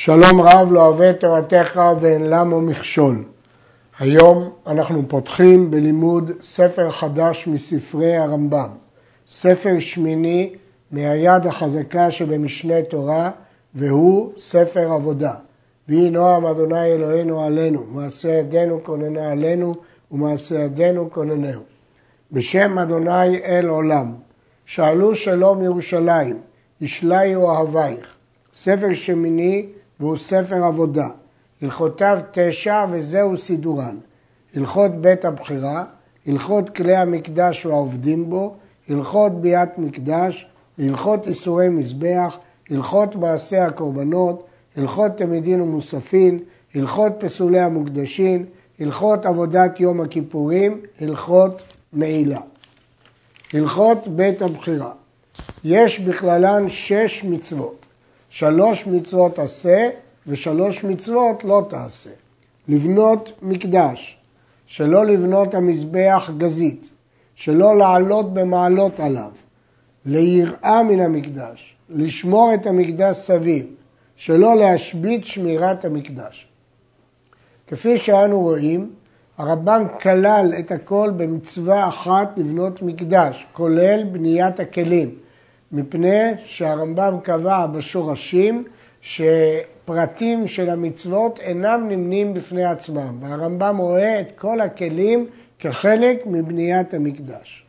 שלום רב לא אוהב תורתך ואין למו מכשול. היום אנחנו פותחים בלימוד ספר חדש מספרי הרמב"ם. ספר שמיני מהיד החזקה שבמשנה תורה, והוא ספר עבודה. ויהי נועם אדוני אלוהינו עלינו, מעשה ידינו כוננה עלינו ומעשה ידינו כוננהו. בשם אדוני אל עולם, שאלו שלום ירושלים, ישליו אהבייך. ספר שמיני והוא ספר עבודה. הלכותיו 9 וזהו סידורן. הלכות בית הבחירה, הלכות כלי המקדש והעובדים בו, הלכות ביאת מקדש, הלכות איסורי מזבח, הלכות מעשה הקורבנות, הלכות תמידין ומוספין, הלכות פסולי המוקדשים, הלכות עבודת יום הכיפורים, הלכות מעילה. הלכות בית הבחירה. יש בכללן 6 מצוות. 3 מצוות עשה ו3 מצוות לא תעשה. לבנות מקדש, שלא לבנות המזבח גזית, שלא לעלות במעלות עליו, ליראה מן המקדש, לשמור את המקדש סביב, שלא להשבית שמירת המקדש. כפי שאנו רואים, הרמב"ם כלל את הכל במצווה אחת לבנות מקדש, כולל בניית הכלים, מפני שהרמב"ם קבע בשורשים שפרטים של המצוות אינם נמנים בפני עצמם, והרמב"ם רואה את כל הכלים כחלק מבניית המקדש.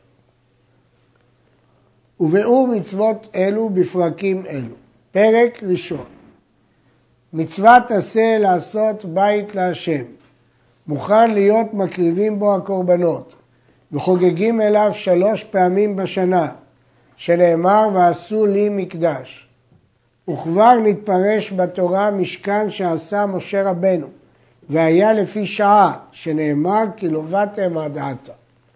ובאו מצוות אלו בפרקים אלו. פרק ראשון. מצוות עשה לעשות בית להשם. מוכן להיות מקריבים בו הקורבנות, וחוגגים אליו 3 פעמים בשנה, שנאמר ועשו לי מקדש. וכבר נתפרש בתורה משכן שעשה משה רבנו, והיה לפי שעה, שנאמר כי לא באתם עד עתה.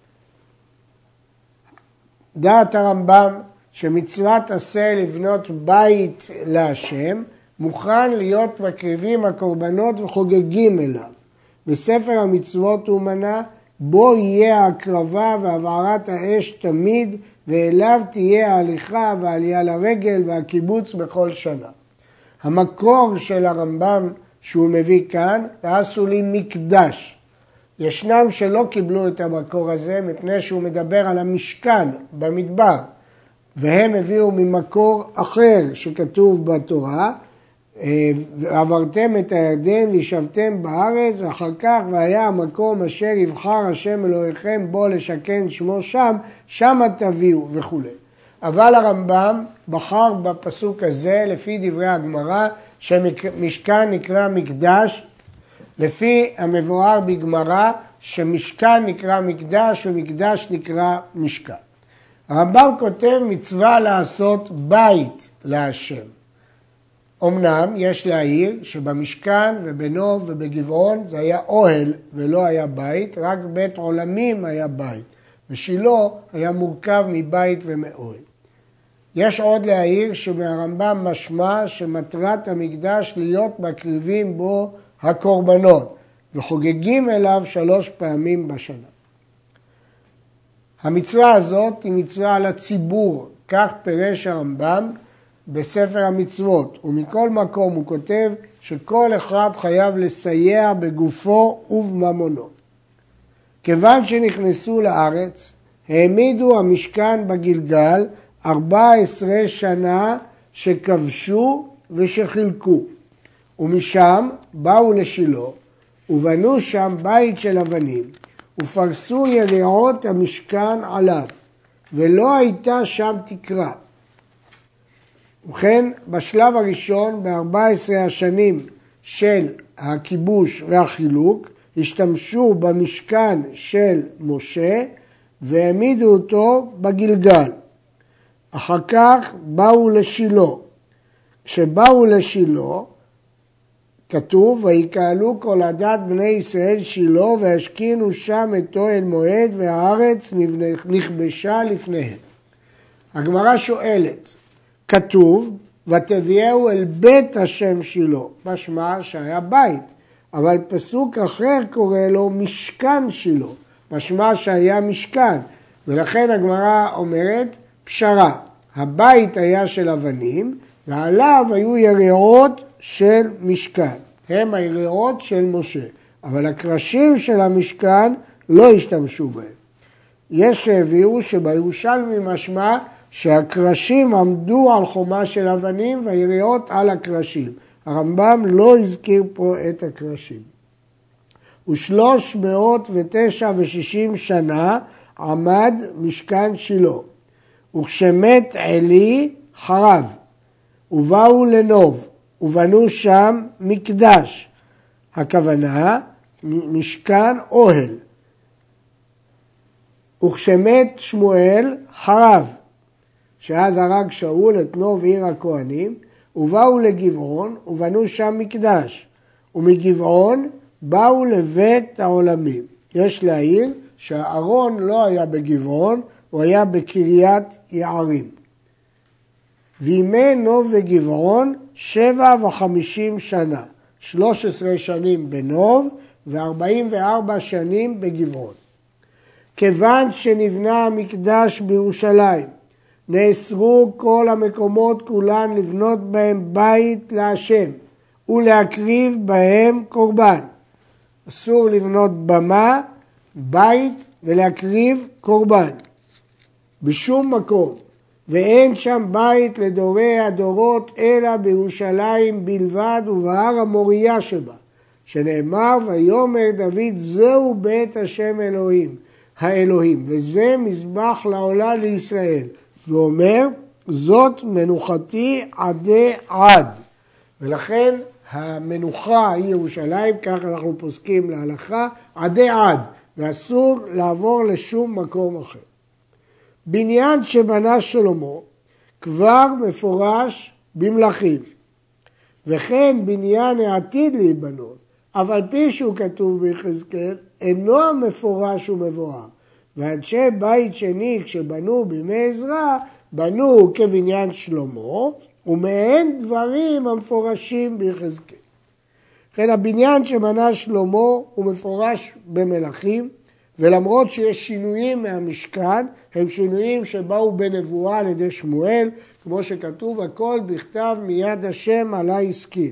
דעת הרמב"ם שמצוות עשה לבנות בית להשם, מוכן להיות מקריבים הקורבנות וחוגגים אליו. בספר המצוות הוא מנה, בו יהיה ההקרבה והבערת האש תמיד, ואליו תהיה ההליכה והעלייה לרגל והקיבוץ בכל שנה. המקור של הרמב"ם שהוא מביא כאן, ועשו לי מקדש. ישנם שלא קיבלו את המקור הזה מפני שהוא מדבר על המשכן במדבר, והם הביאו ממקור אחר שכתוב בתורה, ועברתם את הירדן וישבתם בארץ, ואחר כך והיה המקום אשר יבחר השם אלוהיכם בו לשכן שמו שם, שמה תביאו וכו'. אבל הרמב"ם בחר בפסוק הזה לפי דברי הגמרא שמשכן נקרא מקדש, לפי המבואר בגמרא שמשכן נקרא מקדש ומקדש נקרא משכן. הרמב"ם כותב מצווה לעשות בית להשם. אמנם יש להעיר שבמשכן ובנוב ובגבעון זה היה אוהל ולא היה בית, רק בית עולמים היה בית, ושילה היה מורכב מבית ומאוהל. יש עוד להעיר שמהרמב"ם משמע שמטרת המקדש להיות מקריבים בו הקורבנות, וחוגגים אליו 3 פעמים בשנה. המצווה הזאת היא מצווה על הציבור, כך פירש הרמב"ם, בספר המצוות, ומכל מקום הוא כותב שכל אחד חייב לסייע בגופו ובממונו. כיוון שנכנסו לארץ, העמידו המשכן בגלגל 14 שנה שכבשו ושחילקו, ומשם באו לשילה, ובנו שם בית של אבנים, ופרסו יריעות המשכן עליו, ולא הייתה שם תקרה. ובכן, בשלב הראשון, ב-14 השנים של הכיבוש והחילוק, השתמשו במשכן של משה והעמידו אותו בגלגל. אחר כך באו לשילה. כשבאו לשילה, כתוב, ויקהלו כל עדת בני ישראל שילה והשכינו שם את אוהל מועד והארץ נכבשה לפניהם. הגמרא שואלת, כתוב, ותביאהו אל בית השם שילה, משמע שהיה בית, אבל פסוק אחר קורא לו משכן שילה, משמע שהיה משכן, ולכן הגמרא אומרת פשרה, הבית היה של אבנים, ועליו היו יריעות של משכן, הם היריעות של משה, אבל הקרשים של המשכן לא השתמשו בהם. יש שהביאו שבירושלמי משמע שהקרשים עמדו על חומה של אבנים והיריעות על הקרשים. הרמב"ם לא הזכיר פה את הקרשים. ו360 שנה עמד משכן שילה, וכשמת עלי חרב, ובאו לנוב, ובנו שם מקדש, הכוונה משכן אוהל. וכשמת שמואל חרב, שאז הרג שאול את נוב עיר הכהנים, ובאו לגבעון ובנו שם מקדש, ומגבעון באו לבית העולמים. יש להעיר שהארון לא היה בגבעון, הוא היה בקריית יערים. וימי נוב וגבעון 57 שנה, 13 שנים בנוב ו44 שנים בגבעון. כיוון שנבנה המקדש בירושלים, נאסרו כל המקומות כולן לבנות בהם בית להשם ולהקריב בהם קורבן. אסור לבנות במה, בית ולהקריב קורבן בשום מקום, ואין שם בית לדורי הדורות אלא בירושלים בלבד ובהר המוריה שבה, שנאמר ויאמר דוד זהו בית השם האלוהים, וזה מזבח לעולה לישראל. ואומר זאת מנוחתי עדי עד, ולכן המנוחה היא ירושלים, כך אנחנו פוסקים להלכה, עדי עד, ואסור לעבור לשום מקום אחר. בניין שבנה שלמה כבר מפורש במלכים, וכן בניין העתיד להיבנות, אף על פי שהוא כתוב ביחזקאל, אינו מפורש ומבואר. ואנשי בית שני כשבנו בימי עזרא, בנו כבניין שלמה, ומהן דברים המפורשים ביחזקאל. לכן הבניין שבנה שלמה הוא מפורש במלכים, ולמרות שיש שינויים מהמשכן, הם שינויים שבאו בנבואה על ידי שמואל, כמו שכתוב הכל בכתב מיד השם עלי השכיל.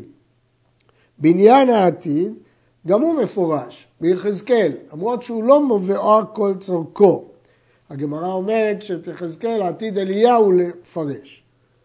בניין העתיד גם הוא מפורש ביחזקאל, למרות שהוא לא מבואר כל צורכו. הגמרא אומרת שאת יחזקאל עתיד אליהו לפרש.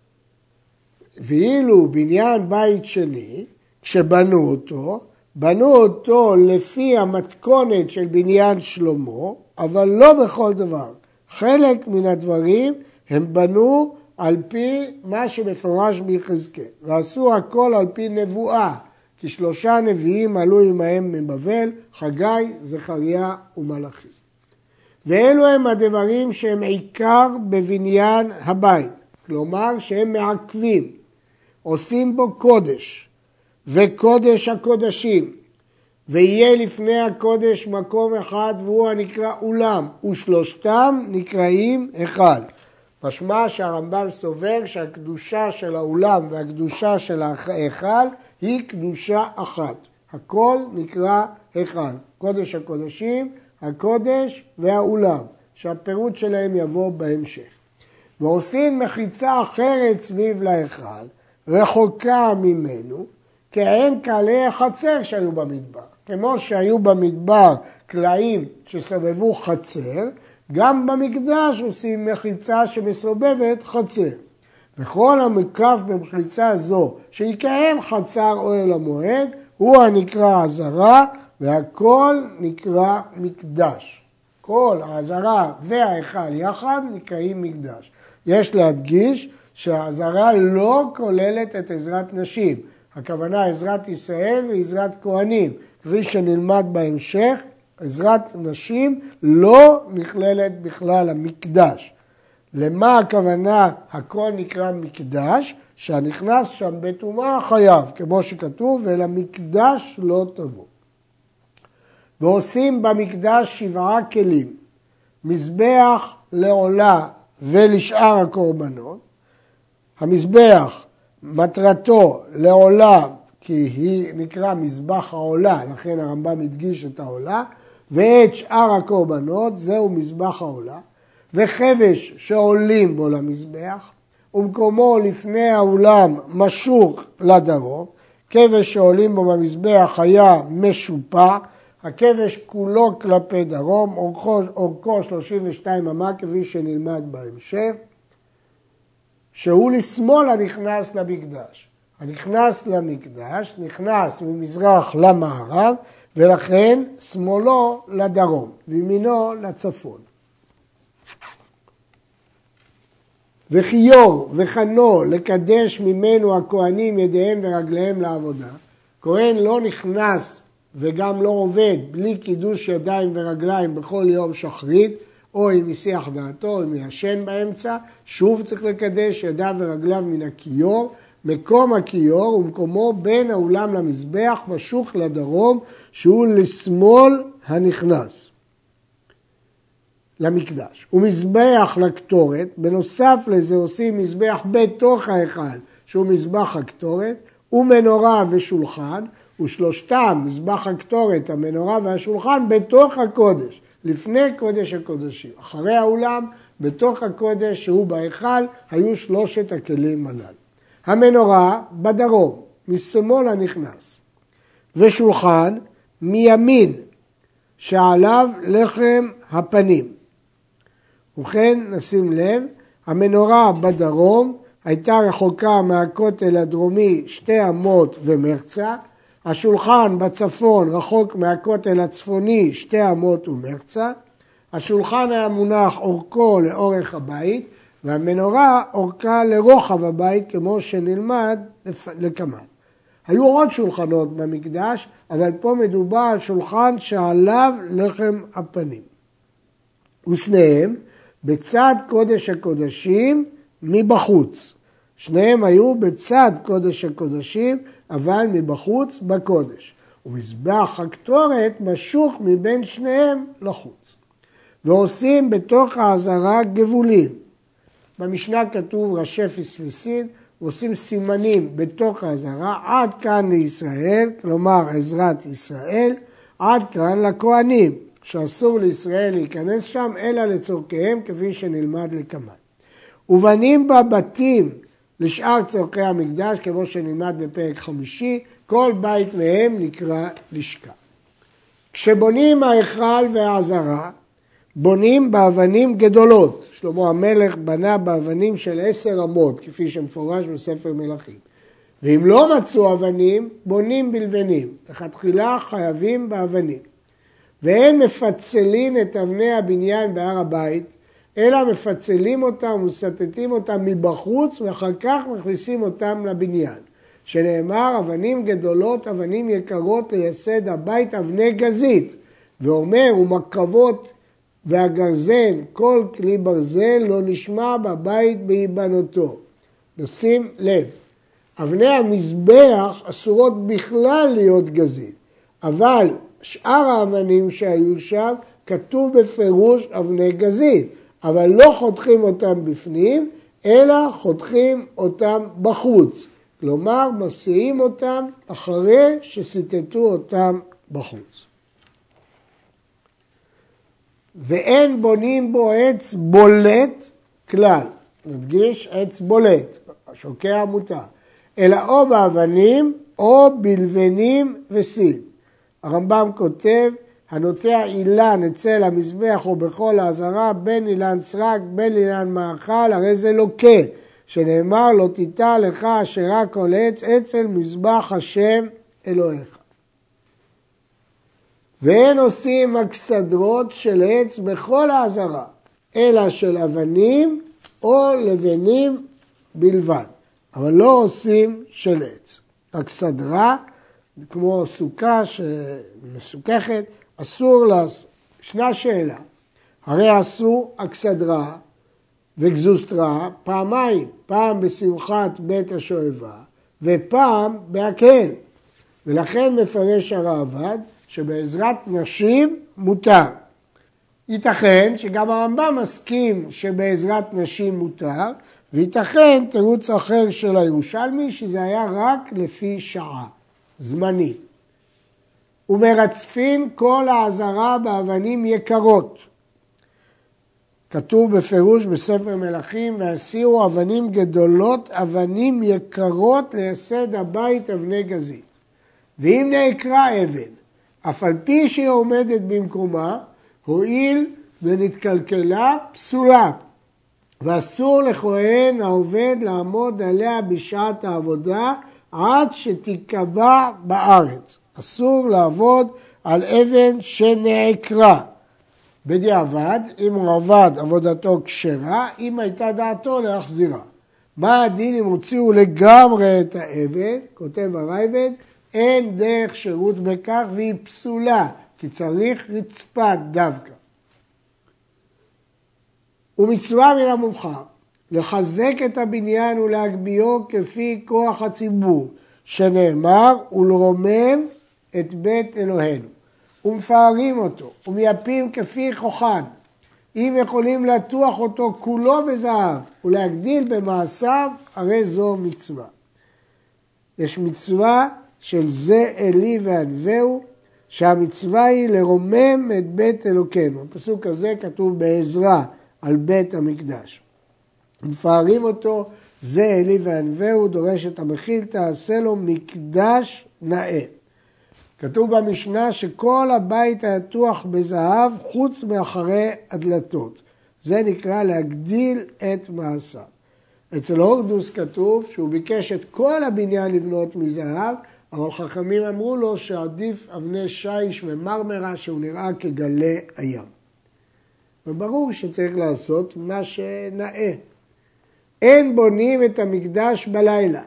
ואילו בניין בית שני, כשבנו אותו, בנו אותו לפי המתכונת של בניין שלמה, אבל לא בכל דבר. חלק מן הדברים הם בנו על פי מה שמפורש ביחזקאל, ועשו הכל על פי נבואה, כי 3 נביאים עלו עמהם מבבל, חגי, זכריה ומלאכי. ואלו הם הדברים שהם עיקר בבניין הבית, כלומר שהם מעכבים, עושים בו קודש, וקודש הקודשים, ויהיה לפני הקודש מקום אחד והוא הנקרא אולם, ושלושתם נקראים היכל. משמע שהרמב"ם סובר שהקדושה של האולם והקדושה של ההיכל היא קדושה אחת. הכל נקרא היכל, קודש הקודשים, הקודש והאולם, שהפירוט שלהם יבוא בהמשך. ועושים מחיצה אחרת סביב להיכל, רחוקה ממנו, כעין קהלי החצר שהיו במדבר. כמו שהיו במדבר קלעים שסובבו חצר, גם במקדש עושים מחיצה שמסובבת חצר. וכל המקף במחיצה זו, שהיא כעין חצר אוהל המועד, הוא הנקרא עזרה, והכל נקרא מקדש. כל העזרה וההיכל יחד נקראים מקדש. יש להדגיש שהעזרה לא כוללת את עזרת נשים. הכוונה עזרת ישראל ועזרת כהנים. כפי שנלמד בהמשך, עזרת נשים לא נכללת בכלל המקדש. למה הכוונה הכל נקרא מקדש? שהנכנס שם בטומאה חייב, כמו שכתוב, ולמקדש לא תבוא. ועושים במקדש 7 כלים, מזבח לעולה ולשאר הקורבנות. המזבח מטרתו לעולה, כי היא נקרא מזבח העולה, לכן הרמב"ם הדגיש את העולה, ואת שאר הקורבנות, זהו מזבח העולה, וחבש שעולים בו למזבח, ומקומו לפני האולם משוך לדרום, כבש שעולים בו במזבח היה משופע, הכבש כולו כלפי דרום, אורכו 32 אמה כפי שנלמד בהמשך, שהוא לשמאל הנכנס למקדש. הנכנס למקדש נכנס ממזרח למערב, ולכן שמאלו לדרום וימינו לצפון. וכיור וחנו לקדש ממנו הכהנים ידיהם ורגליהם לעבודה. כהן לא נכנס וגם לא עובד בלי קידוש ידיים ורגליים בכל יום שחרית, או אם יסיח דעתו או אם ישן באמצע, שוב צריך לקדש ידיו ורגליו מן הכיור. מקום הכיור ומקומו בין האולם למזבח משוך לדרום, שהוא לשמאל הנכנס למקדש. ומזבח לקטורת, בנוסף לזה עושים מזבח בתוך ההיכל, שהוא מזבח הקטורת, ומנורה ושולחן, ושלושתם, מזבח הקטורת, המנורה והשולחן, בתוך הקודש, לפני קודש הקודשים. אחרי האולם, בתוך הקודש שהוא בהיכל, היו שלושת הכלים הללו. המנורה בדרום, משמאל הנכנס, ושולחן מימין, שעליו לחם הפנים. ובכן, נשים לב, המנורה בדרום הייתה רחוקה מהכותל הדרומי 2 אמות ומחצה, השולחן בצפון רחוק מהכותל הצפוני 2 אמות ומחצה, השולחן היה מונח אורכו לאורך הבית, והמנורה אורכה לרוחב הבית כמו שנלמד לקמן. היו עוד שולחנות במקדש, אבל פה מדובר על שולחן שעליו לחם הפנים. ושניהם בצד קודש הקודשים מבחוץ. שניהם היו בצד קודש הקודשים, אבל מבחוץ בקודש. ומזבח הקטורת משוך מבין שניהם לחוץ. ועושים בתוך העזרה גבולים. במשנה כתוב ראשי פספסין, ועושים סימנים בתוך העזרה, עד כאן לישראל, כלומר עזרת ישראל, עד כאן לכהנים, שאסור לישראל להיכנס שם, אלא לצורכיהם כפי שנלמד לקמן. ובנים בבתים לשאר צורכי המקדש, כמו שנלמד בפרק 5, כל בית מהם נקרא לשכה. כשבונים ההיכל והעזרה, בונים באבנים גדולות. שלמה המלך בנה באבנים של 10 אמות, כפי שמפורש בספר מלכים. ואם לא מצאו אבנים, בונים בלבנים. לכתחילה חייבים באבנים. והם מפצלים את אבני הבניין בהר הבית, אלא מפצלים אותם ומסתתים אותם מבחוץ, ואחר כך מכניסים אותם לבניין. שנאמר, אבנים גדולות, אבנים יקרות לייסד הבית, אבני גזית. ואומר, ומקרבות והגרזן, כל כלי ברזל לא נשמע בבית בהיבנותו. נשים לב, אבני המזבח אסורות בכלל להיות גזית, אבל שאר האבנים שהיו שם כתוב בפירוש אבני גזית, אבל לא חותכים אותם בפנים, אלא חותכים אותם בחוץ. כלומר, מסיעים אותם אחרי שסיטטו אותם בחוץ. ואין בונים בו עץ בולט כלל, נדגיש עץ בולט, שוקע מותר, אלא או באבנים או בלבנים וסיד. הרמב"ם כותב, הנוטע אילן אצל המזבח או בכל העזרה, בין אילן סרק, בין אילן מאכל, הרי זה לוקה, שנאמר לא תיטע לך אשר רק כל עץ אצל מזבח השם אלוהיך. ואין עושים אכסדרות של עץ בכל העזרה, אלא של אבנים או לבנים בלבד, אבל לא עושים של עץ. אכסדרה, כמו סוכה שמסוככת, אסור לעשות. ישנה שאלה, הרי עשו אכסדרה וגזוסטרה פעמיים, פעם בשמחת בית השואבה ופעם בהקהל, ולכן מפרש הראב"ד שבעזרת נשים מותר. ייתכן שגם הרמב"ם מסכים שבעזרת נשים מותר, וייתכן תירוץ אחר של הירושלמי שזה היה רק לפי שעה, זמני. ומרצפים כל העזרה באבנים יקרות. כתוב בפירוש בספר מלכים, והסירו אבנים גדולות, אבנים יקרות לייסד הבית אבני גזית. ואם נעקרה אבן, אף על פי שהיא עומדת במקומה, הואיל ונתקלקלה פסולה. ואסור לכהן העובד לעמוד עליה בשעת העבודה עד שתיקבע בארץ. אסור לעבוד על אבן שנעקרה. בדיעבד, אם הוא עבד עבודתו כשרה, אם הייתה דעתו להחזירה. מה הדין אם הוציאו לגמרי את האבן? כותב הרייבד, אין דרך שירות בכך והיא פסולה, כי צריך רצפה דווקא. ומצווה מן המובחר, לחזק את הבניין ולהגביהו כפי כוח הציבור, שנאמר, ולרומם את בית אלוהינו. ומפארים אותו, ומייפים כפי כוחן. אם יכולים לטוח אותו כולו בזהב, ולהגדיל במעשיו, הרי זו מצווה. יש מצווה של זה אלי וענווהו, שהמצווה היא לרומם את בית אלוקינו. הפסוק הזה כתוב בעזרא על בית המקדש. מפארים אותו, זה אלי וענווהו, דורש את המחיל, תעשה לו מקדש נאה. כתוב במשנה שכל הבית היתוח בזהב חוץ מאחרי הדלתות. זה נקרא להגדיל את מעשיו. אצל הורדוס כתוב שהוא ביקש את כל הבניין לבנות מזהב, אבל חכמים אמרו לו שעדיף אבני שיש ומרמרה שהוא נראה כגלי הים. וברור שצריך לעשות מה שנאה. אין בונים את המקדש בלילה,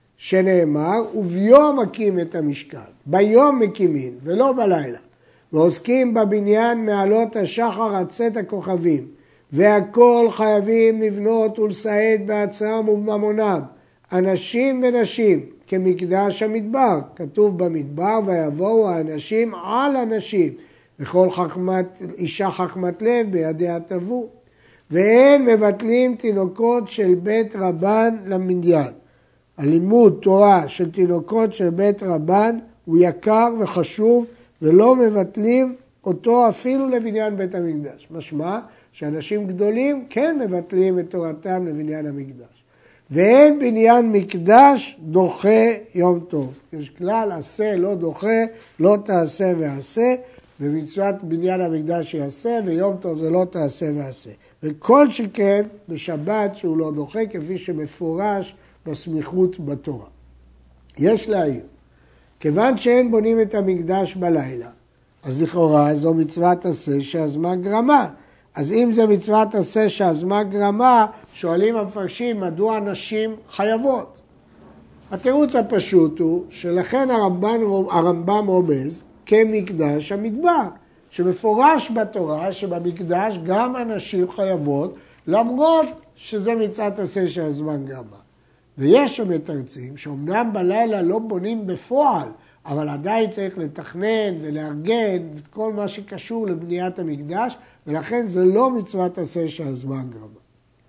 שנאמר, וביום מקים את המשכן. ביום מקימים ולא בלילה. ועוסקים בבניין מעלות השחר עד צאת הכוכבים. והכל חייבים לבנות ולסעד בעצמם ובממונם. אנשים ונשים כמקדש המדבר. כתוב במדבר ויבואו האנשים על אנשים. וכל אישה חכמת לב בידיה תבוא. ואין מבטלים תינוקות של בית רבן למניין. הלימוד תורה של תינוקות של בית רבן הוא יקר וחשוב ולא מבטלים אותו אפילו לבניין בית המקדש. משמע שאנשים גדולים כן מבטלים את תורתם לבניין המקדש. ואין בניין מקדש דוחה יום טוב. יש כלל עשה לא דוחה, לא תעשה ועשה, ומצוות בניין המקדש יעשה ויום טוב זה לא תעשה ועשה. וכל שכן בשבת שהוא לא דוחה כפי שמפורש בסמיכות בתורה. יש להעיר, כיוון שאין בונים את המקדש בלילה, אז לכאורה זו מצוות עשה שהזמן גרמה. אז אם זה מצוות עשה שהזמן גרמה, שואלים המפרשים מדוע נשים חייבות. התירוץ הפשוט הוא שלכן הרמב"ם רומז כמקדש המדבר, שמפורש בתורה שבמקדש גם הנשים חייבות, למרות שזה מצוות עשה שהזמן גרמה. ויש שם מתרצים שאומנם בלילה לא בונים בפועל, אבל עדיין צריך לתכנן ולארגן את כל מה שקשור לבניית המקדש, ולכן זה לא מצוות עשה שהזמן גרמה.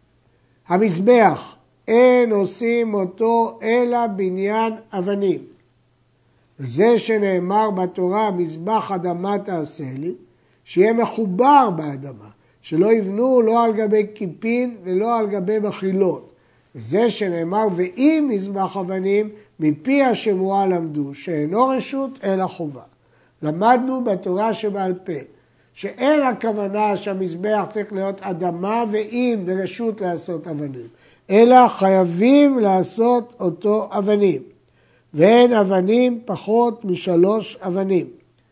המזבח, אין עושים אותו אלא בניין אבנים. וזה שנאמר בתורה, מזבח אדמה תעשה לי, שיהיה מחובר באדמה, שלא יבנו לא על גבי כיפין ולא על גבי מחילות. וזה שנאמר, ואם מזבח אבנים, מפי השמועה למדו, שאינו רשות אלא חובה. למדנו בתורה שבעל פה, שאין הכוונה שהמזבח צריך להיות אדמה ואם ורשות לעשות אבנים, אלא חייבים לעשות אותו אבנים. ואין אבנים פחות מ3 אבנים.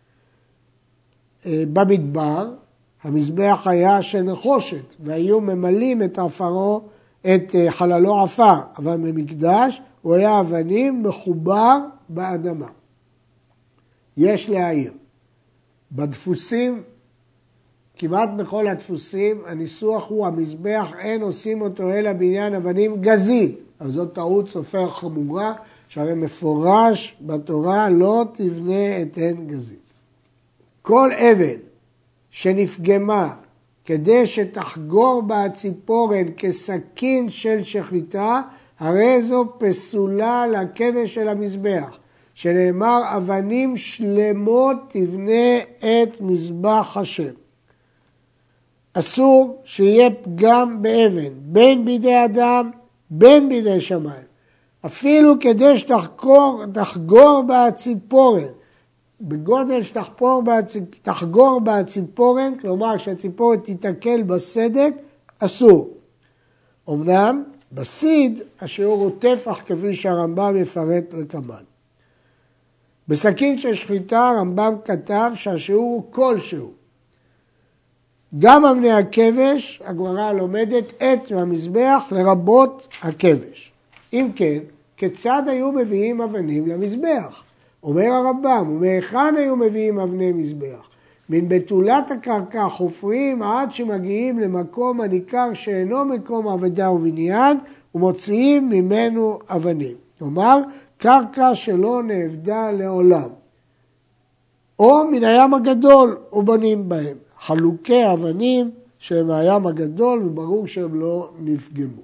במדבר, המזבח היה של נחושת, והיו ממלאים את עפרו, את חללו עפר, אבל במקדש הוא היה אבנים מחובר באדמה. יש להעיר, בדפוסים, כמעט בכל הדפוסים, הניסוח הוא המזבח אין עושים אותו אלא בעניין אבנים גזית, אבל זאת טעות סופר חמורה, שהרי מפורש בתורה לא תבנה את הן גזית. כל אבן שנפגמה כדי שתחגור בה הציפורן כסכין של שחיטה, הרי זו פסולה לכבש של המזבח, שנאמר אבנים שלמות תבנה את מזבח השם. אסור שיהיה פגם באבן, בין בידי אדם, בין בידי שמיים. אפילו כדי שתחגור בציפורן, בגודל שתחגור בציפורן, כלומר שהציפורן תיתקל בסדק, אסור. אמנם בסיד השיעור הוא טפח כפי שהרמב"ם יפרט לכמן. בסכין של שחיטה הרמב"ם כתב שהשיעור הוא כלשהו. גם אבני הכבש, הגמרא לומדת את המזבח לרבות הכבש. אם כן, כיצד היו מביאים אבנים למזבח? אומר הרמב"ם, ומהיכן היו מביאים אבני מזבח? מן בתולת הקרקע חופרים עד שמגיעים למקום הניכר שאינו מקום עבודה ובניין, ומוציאים ממנו אבנים. כלומר, קרקע שלא נאבדה לעולם. או מן הים הגדול ובונים בהם. חלוקי אבנים שהם מהים הגדול וברור שהם לא נפגמו.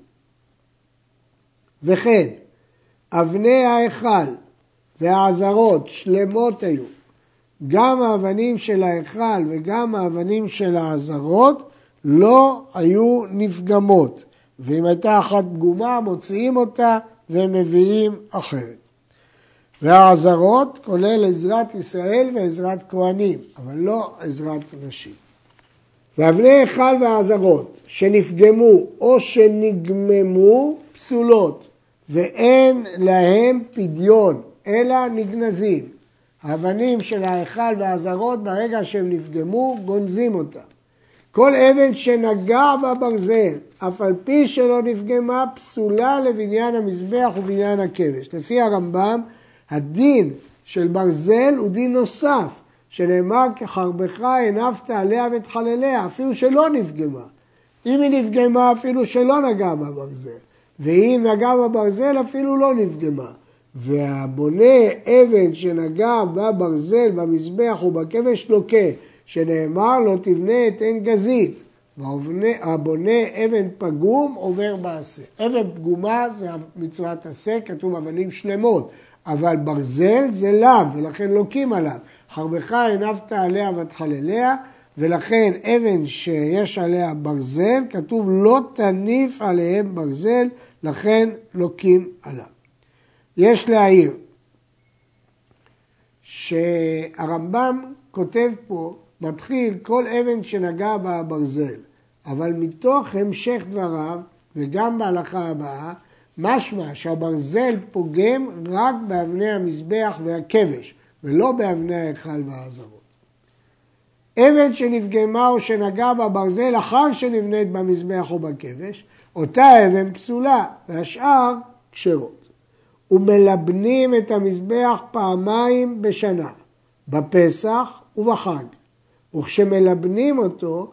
וכן, אבני ההיכל והעזרות שלמות היו. גם האבנים של ההיכל וגם האבנים של העזרות לא היו נפגמות. ואם הייתה אחת פגומה מוציאים אותה ומביאים אחרת. והעזרות כולל עזרת ישראל ועזרת כהנים, אבל לא עזרת נשים. ואבני היכל והעזרות שנפגמו או שנגממו פסולות, ואין להם פדיון, אלא נגנזים. האבנים של ההיכל והעזרות ברגע שהם נפגמו גונזים אותם. כל אבן שנגע בברזל, אף על פי שלא נפגמה, פסולה לבניין המזבח ובניין הכבש. לפי הרמב"ם, הדין של ברזל הוא דין נוסף, שנאמר כחרבך הנפת עליה ותחלליה, אפילו שלא נפגמה. אם היא נפגמה, אפילו שלא נגע בברזל. ואם נגע בברזל, אפילו לא נפגמה. והבונה אבן שנגע בברזל, במזבח ובכבש לוקה, שנאמר לא תבנה את עין גזית. והבונה אבן פגום עובר בעשה. אבן פגומה זה מצוות עשה, כתוב אבנים שלמות. אבל ברזל זה לאו, ולכן לוקים עליו. חרבך הנפת עליה ותחלליה, ולכן אבן שיש עליה ברזל, כתוב לא תניף עליהם ברזל, לכן לוקים עליו. יש להעיר שהרמב"ם כותב פה, מתחיל כל אבן שנגע בברזל, אבל מתוך המשך דבריו, וגם בהלכה הבאה, משמע שהברזל פוגם רק באבני המזבח והכבש, ולא באבני ההיכל והעזרות. אבן שנפגמה או שנגע בברזל אחר שנבנית במזבח או בכבש, אותה אבן פסולה, והשאר כשרות. ומלבנים את המזבח פעמיים בשנה, בפסח ובחג. וכשמלבנים אותו,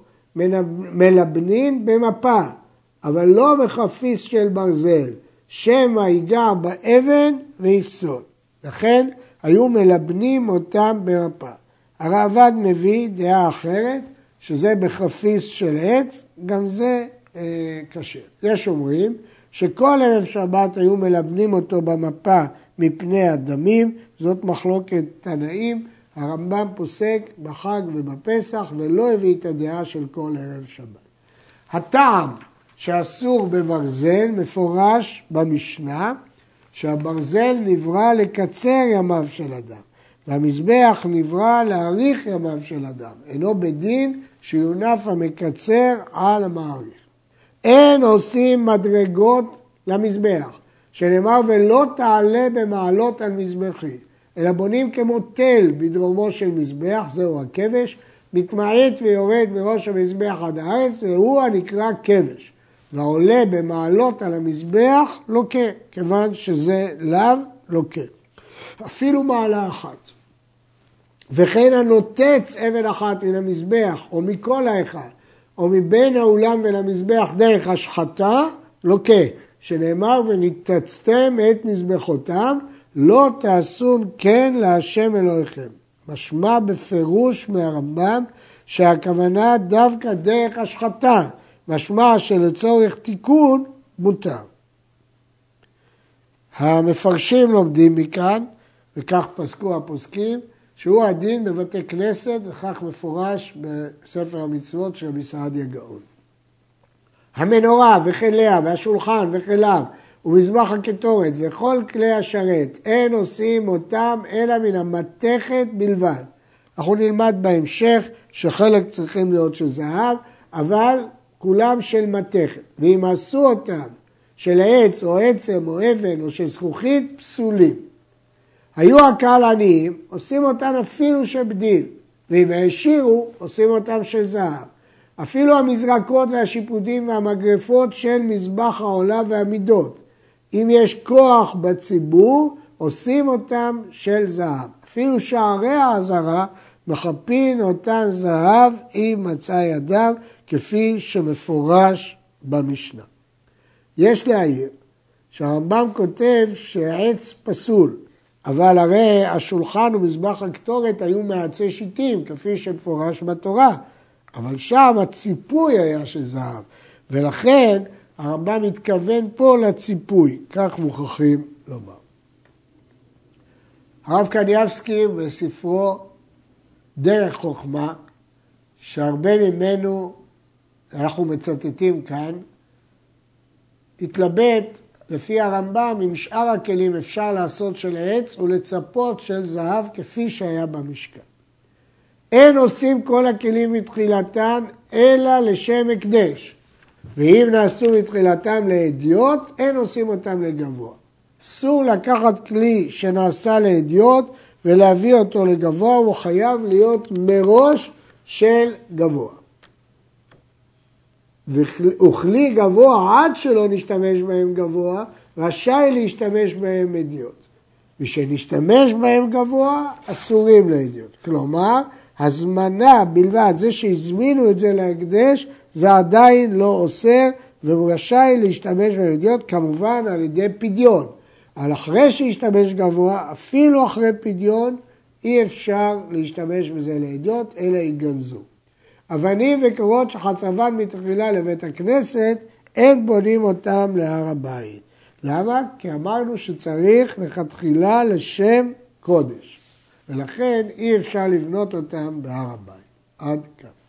מלבנים במפה, אבל לא בחפיס של ברזל, שמא ייגע באבן ויפסול. לכן היו מלבנים אותם במפה. הרעב"ד מביא דעה אחרת, שזה בחפיס של עץ, גם זה קשה. יש אומרים שכל ערב שבת היו מלבנים אותו במפה מפני הדמים, זאת מחלוקת תנאים, הרמב"ם פוסק בחג ובפסח ולא הביא את הדעה של כל ערב שבת. הטעם שאסור בברזל מפורש במשנה, שהברזל נברא לקצר ימיו של אדם, והמזבח נברא להאריך ימיו של אדם, אינו בדין שיונף המקצר על המאריך. אין עושים מדרגות למזבח, שנאמר ולא תעלה במעלות על מזבחי, אלא בונים כמו תל בדרומו של מזבח, זהו הכבש, מתמעט ויורד מראש המזבח עד הארץ, והוא הנקרא כבש. והעולה במעלות על המזבח לוקה, כיוון שזה לאו לוקה. אפילו מעלה אחת. וכן הנוטץ אבן אחת מן המזבח, או מכל ההיכל, או מבין האולם ולמזבח דרך השחתה, לוקה, שנאמר ונתצתם את מזבחותם, לא תעשון כן להשם אלוהיכם. משמע בפירוש מהרמב"ם שהכוונה דווקא דרך השחתה, משמע שלצורך תיקון מותר. המפרשים לומדים מכאן, וכך פסקו הפוסקים, שהוא הדין בבתי כנסת, וכך מפורש בספר המצוות של רבי סעדיה גאון. המנורה וכליה והשולחן וכליו ומזבח הקטורת וכל כלי השרת, אין עושים אותם אלא מן המתכת בלבד. אנחנו נלמד בהמשך שחלק צריכים להיות של זהב, אבל כולם של מתכת. ואם עשו אותם של עץ או עצם או אבן או של זכוכית, פסולים. היו הקהל עניים, עושים אותם אפילו של בדין, ואם העשירו, עושים אותם של זהב. אפילו המזרקות והשיפודים והמגרפות של מזבח העולה והמידות. אם יש כוח בציבור, עושים אותם של זהב. אפילו שערי העזרה, מחפין אותם זהב עם מצא ידיו, כפי שמפורש במשנה. יש להעיר שהרמב"ם כותב שהעץ פסול, אבל הרי השולחן ומזבח הקטורת היו מעצי שיטים, כפי שמפורש בתורה. אבל שם הציפוי היה של זהב, ולכן הרמב"ם מתכוון פה לציפוי, כך מוכרחים לומר. הרב קניאבסקי בספרו דרך חוכמה, שהרבה ממנו אנחנו מצטטים כאן, התלבט לפי הרמב"ם אם שאר הכלים אפשר לעשות של עץ ולצפות של זהב כפי שהיה במשכן. אין עושים כל הכלים מתחילתן אלא לשם הקדש, ואם נעשו מתחילתם לאדיוט, אין עושים אותם לגבוה. אסור לקחת כלי שנעשה לאדיוט ולהביא אותו לגבוה, הוא חייב להיות מראש של גבוה. וכלי גבוה עד שלא נשתמש בהם גבוה, רשאי להשתמש בהם אדיוט. ושנשתמש בהם גבוה, אסורים לאדיוט. כלומר, הזמנה בלבד, זה שהזמינו את זה להקדש, זה עדיין לא אוסר, והוא רשאי להשתמש בהם אדיוט, כמובן על ידי פדיון. אבל אחרי שהשתמש גבוה, אפילו אחרי פדיון, אי אפשר להשתמש בזה לאדיוט, אלא יגנזו. אבנים וקרות שחצבן מתחילה לבית הכנסת, אין בונים אותם להר הבית. למה? כי אמרנו שצריך לכתחילה לשם קודש. ולכן אי אפשר לבנות אותם בהר הבית. עד כאן.